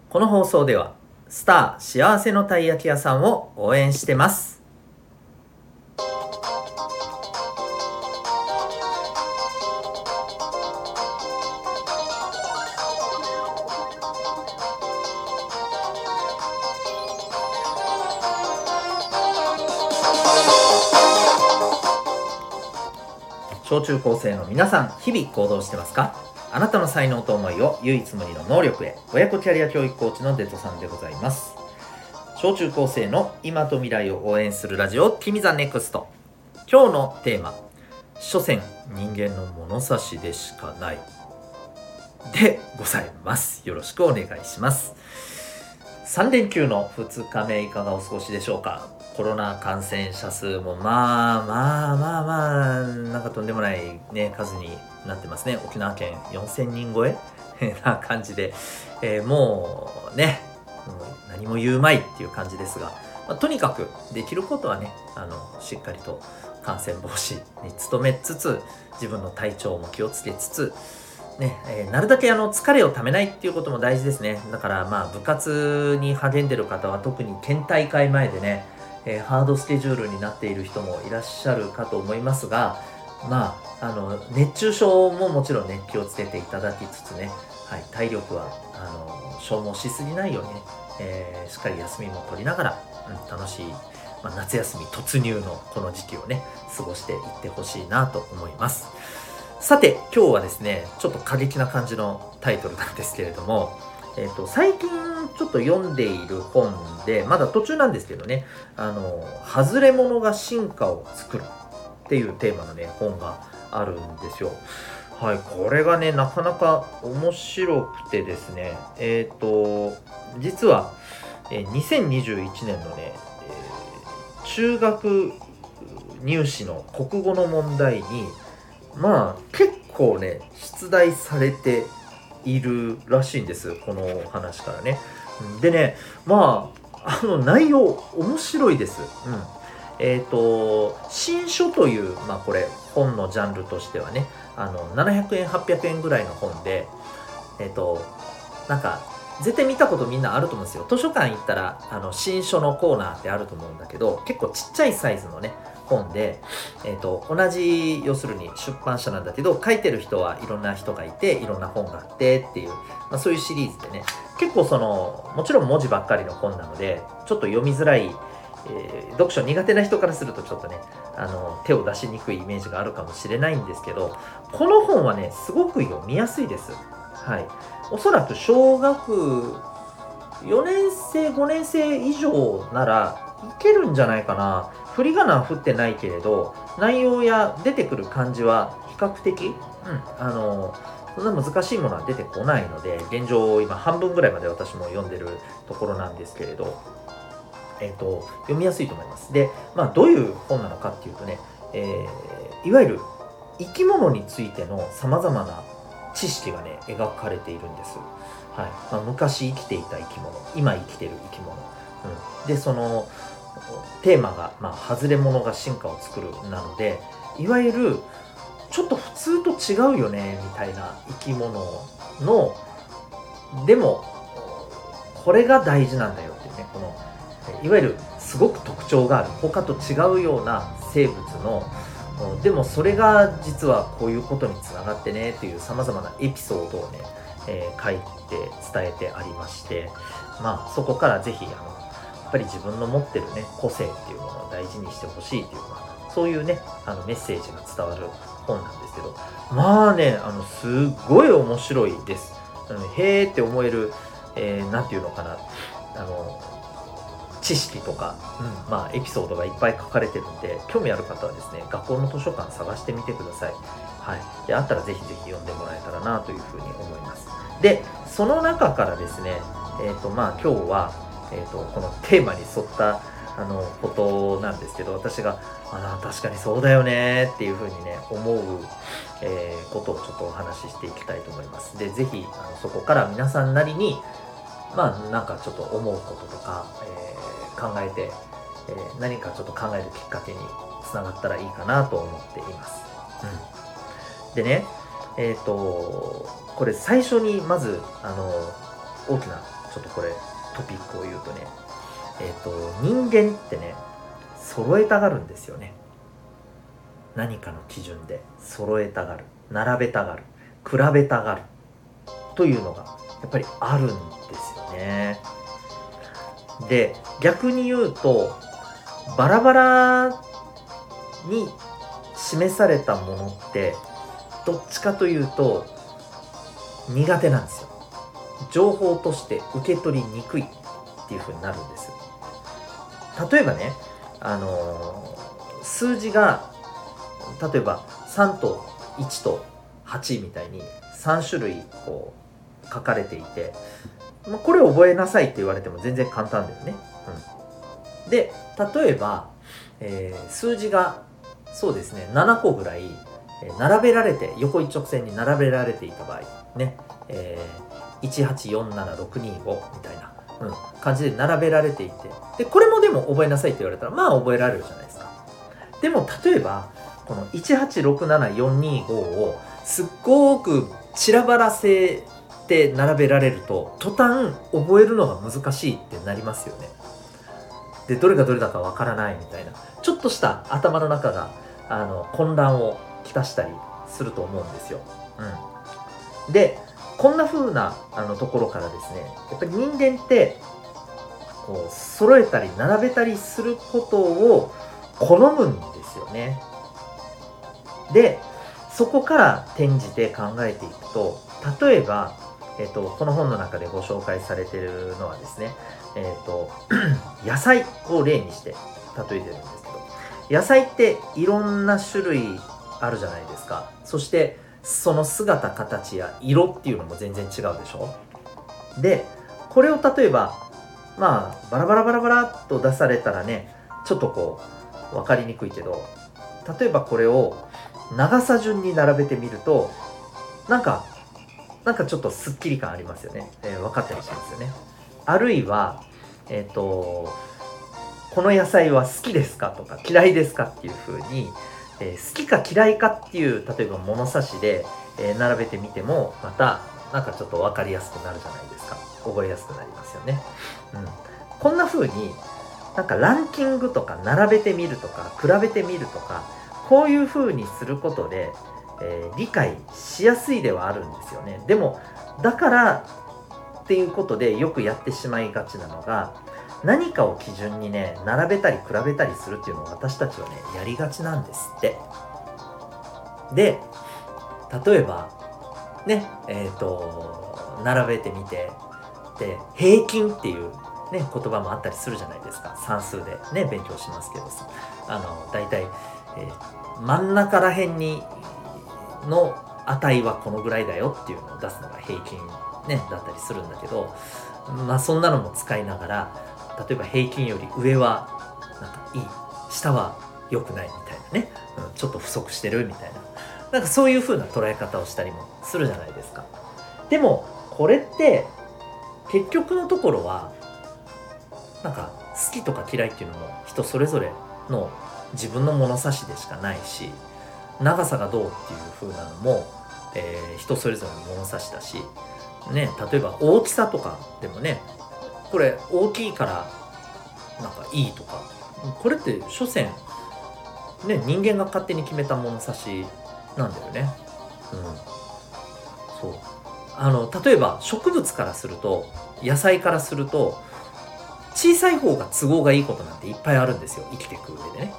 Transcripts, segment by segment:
この放送ではスター幸せのたい焼き屋さんを応援してます。小中高生の皆さん、日々行動してますか？あなたの才能と思いを唯一無二の能力へ。親子キャリア教育コーチのデトさんでございます。小中高生の今と未来を応援するラジオ、君ザネクスト。今日のテーマ、所詮人間の物差しでしかないでございます。よろしくお願いします。3連休の2日目、いかがお過ごしでしょうか？コロナ感染者数もなんかとんでもないね数になってますね。沖縄県4000人超えな感じで、もうね、何も言うまいっていう感じですが、とにかくできることはね、しっかりと感染防止に努めつつ、自分の体調も気をつけつつね、なるだけ疲れをためないっていうことも大事ですね。だから部活に励んでる方は特に県大会前でね、ハードスケジュールになっている人もいらっしゃるかと思いますが、熱中症ももちろんね気をつけていただきつつね、はい、体力は消耗しすぎないようにね、しっかり休みも取りながら、楽しい、夏休み突入のこの時期をね過ごしていってほしいなと思います。さて今日はですね、ちょっと過激な感じのタイトルなんですけれども、最近ちょっと読んでいる本で、まだ途中なんですけどね、外れ者が進化を作るっていうテーマのね本があるんですよ。はい、これがねなかなか面白くてですね、実は、2021年のね、中学入試の国語の問題に結構ね出題されているらしいんです、この話からね。でね、内容面白いです。新書という、これ本のジャンルとしてはね、700円800円ぐらいの本で、なんか絶対見たことみんなあると思うんですよ。図書館行ったら新書のコーナーってあると思うんだけど、結構ちっちゃいサイズのね本で、同じ要するに出版社なんだけど、書いてる人はいろんな人がいて、いろんな本があってっていう、そういうシリーズでね、結構もちろん文字ばっかりの本なのでちょっと読みづらい、読書苦手な人からするとちょっとね手を出しにくいイメージがあるかもしれないんですけど、この本はねすごく読みやすいです。はい、おそらく小学4年生5年生以上ならいけるんじゃないかな。振り仮名は振ってないけれど、内容や出てくる漢字は比較的、そんな難しいものは出てこないので、現状今半分ぐらいまで私も読んでるところなんですけれど、読みやすいと思います。で、どういう本なのかっていうとね、いわゆる生き物についての様々な知識がね描かれているんです。はい、昔生きていた生き物、今生きている生き物、でそのテーマが、外れ者が進化を作るなので、いわゆるちょっと普通と違うよねみたいな生き物の、でもこれが大事なんだよっていうね、このいわゆるすごく特徴がある他と違うような生物の、でもそれが実はこういうことにつながってねっていう様々なエピソードをね、書いて伝えてありまして、そこからぜひやっぱり自分の持ってるね個性っていうものを大事にしてほしいっていう、そういうねメッセージが伝わる本なんですけど、すっごい面白いです。へーって思える、なんていうのかな、知識とか、エピソードがいっぱい書かれてるんで、興味ある方はですね学校の図書館探してみてください。はい、であったらぜひぜひ読んでもらえたらなというふうに思います。でその中からですね、今日は、このテーマに沿ったことなんですけど、私が確かにそうだよねっていうふうにね思う、ことをちょっとお話ししていきたいと思います。でぜひそこから皆さんなりになんかちょっと思うこととか、考えて、何かちょっと考えるきっかけにつながったらいいかなと思っています。でね、これ最初にまず大きなちょっとこれトピックを言うとね、人間ってね、揃えたがるんですよね。何かの基準で揃えたがる、並べたがる、比べたがるというのがやっぱりあるんですよね。で、逆に言うとバラバラに示されたものってどっちかというと苦手なんですよ。情報として受け取りにくいっていう風になるんです。例えばね、数字が例えば3と1と8みたいに3種類こう書かれていて、これを覚えなさいって言われても全然簡単だよね。で、例えば、数字がそうですね7個ぐらい並べられて、横一直線に並べられていた場合ね、1847625みたいな、感じで並べられていて、でこれもでも覚えなさいって言われたらまあ覚えられるじゃないですか。でも例えばこの1867425をすっごく散らばらせて並べられると途端覚えるのが難しいってなりますよね。でどれがどれだかわからないみたいな、ちょっとした頭の中が混乱をきたしたりすると思うんですよ。でこんな風なところからですね、やっぱり人間ってこう揃えたり並べたりすることを好むんですよね。でそこから転じて考えていくと、例えば、この本の中でご紹介されているのはですね、野菜を例にして例えてるんですけど、野菜っていろんな種類あるじゃないですか。そしてその姿形や色っていうのも全然違うでしょ。でこれを例えばバラバラバラバラっと出されたらね、ちょっとこう分かりにくいけど、例えばこれを長さ順に並べてみるとなんかちょっとスッキリ感ありますよね。分かったりしますよね。あるいはこの野菜は好きですかとか嫌いですかっていう風に、好きか嫌いかっていう例えば物差しで、並べてみてもまたちょっと分かりやすくなるじゃないですか。覚えやすくなりますよね。こんな風にランキングとか並べてみるとか比べてみるとか、こういう風にすることで、理解しやすいではあるんですよね。でもだからっていうことでよくやってしまいがちなのが、何かを基準にね並べたり比べたりするっていうのを私たちはねやりがちなんですって。で例えばね並べてみて、で平均っていうね言葉もあったりするじゃないですか。算数でね勉強しますけどさ、だいたい真ん中ら辺にの値はこのぐらいだよっていうのを出すのが平均ねだったりするんだけど、そんなのも使いながら、例えば平均より上はいい、下は良くないみたいなね、ちょっと不足してるみたいな、そういう風な捉え方をしたりもするじゃないですか。でもこれって結局のところは好きとか嫌いっていうのも人それぞれの自分の物差しでしかないし、長さがどうっていう風なのも、人それぞれの物差しだしね、例えば大きさとかでもね、これ大きいからいいとか、これって所詮ね人間が勝手に決めた物差しなんだよね。そう例えば植物からすると、野菜からすると小さい方が都合がいいことなんていっぱいあるんですよ、生きていく上でね。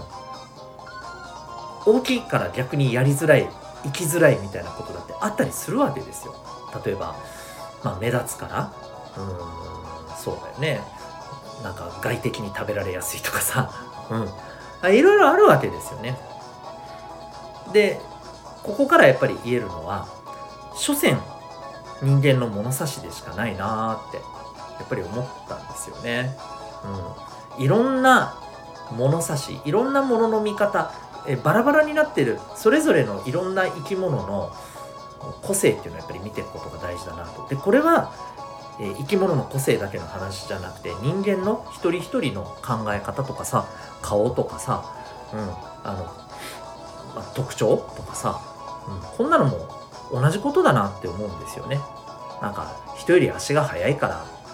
大きいから逆にやりづらい、生きづらいみたいなことだってあったりするわけですよ。例えば目立つから、そうだよね、外的に食べられやすいとかさ、いろいろあるわけですよね。でここからやっぱり言えるのは、所詮人間の物差しでしかないなーってやっぱり思ったんですよね。いろんな物差し、いろんなものの見方、バラバラになってるそれぞれのいろんな生き物の個性っていうのをやっぱり見ていくことが大事だなと。でこれは、生き物の個性だけの話じゃなくて、人間の一人一人の考え方とかさ、顔とかさ、特徴とかさ、こんなのも同じことだなって思うんですよね。人より足が速いから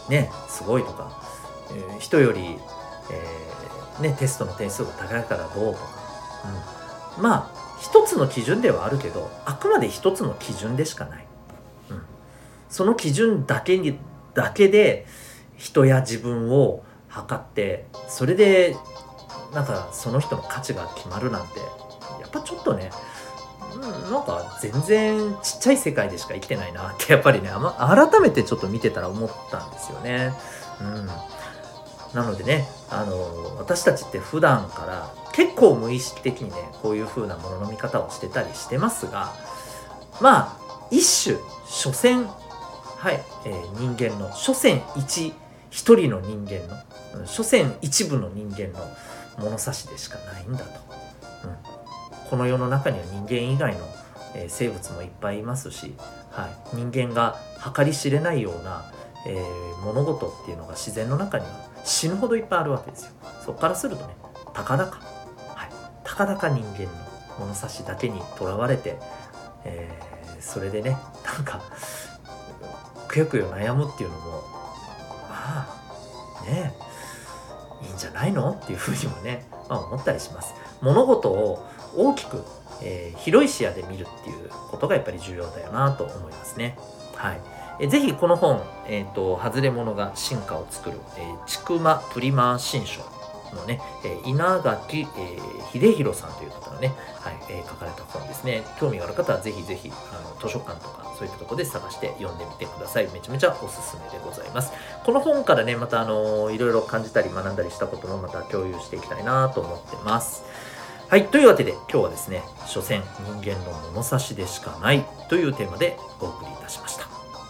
ねすごいとか、人より、テストの点数が高いからどうとか、まあ一つの基準ではあるけど、あくまで一つの基準でしかない、その基準だけで人や自分を測って、それでなんかその人の価値が決まるなんて、やっぱちょっとね、なんか全然ちっちゃい世界でしか生きてないなってやっぱりね、改めてちょっと見てたら思ったんですよね。なのでね、私たちって普段から結構無意識的にね、こういう風なものの見方をしてたりしてますが、まあ一種所詮、人間の所詮一人の人間の、所詮一部の人間の物差しでしかないんだと、この世の中には人間以外の、生物もいっぱいいますし、人間が計り知れないような、物事っていうのが自然の中には死ぬほどいっぱいあるわけですよ。そこからするとね、たかだか人間の物差しだけにとらわれて、それでね、なんかくよくよ悩むっていうのも、まあねいいんじゃないのっていうふうにもね、思ったりします。物事を大きく、広い視野で見るっていうことがやっぱり重要だよなと思いますね。ぜひこの本、外れ者が進化を作る、ちくまプリマー新書のね、稲垣、秀弘さんという方のね、書かれた本ですね。興味がある方はぜひぜひ図書館とかそういったところで探して読んでみてください。めちゃめちゃおすすめでございます。この本からね、またいろいろ感じたり学んだりしたこともまた共有していきたいなと思ってます。というわけで今日はですね、所詮人間の物差しでしかないというテーマでお送りいたしました。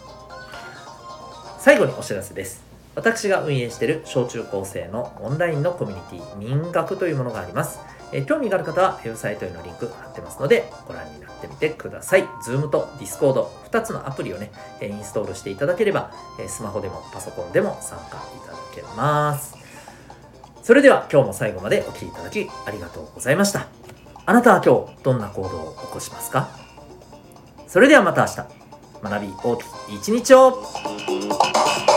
最後にお知らせです。私が運営している小中高生のオンラインのコミュニティ民学というものがあります。興味がある方はウェブサイトへのリンク貼ってますのでご覧になってみてください。Zoom と Discord 2つのアプリをね、インストールしていただければ、スマホでもパソコンでも参加いただけます。それでは今日も最後までお聞きいただきありがとうございました。あなたは今日どんな行動を起こしますか？それではまた明日、学び大きい一日を。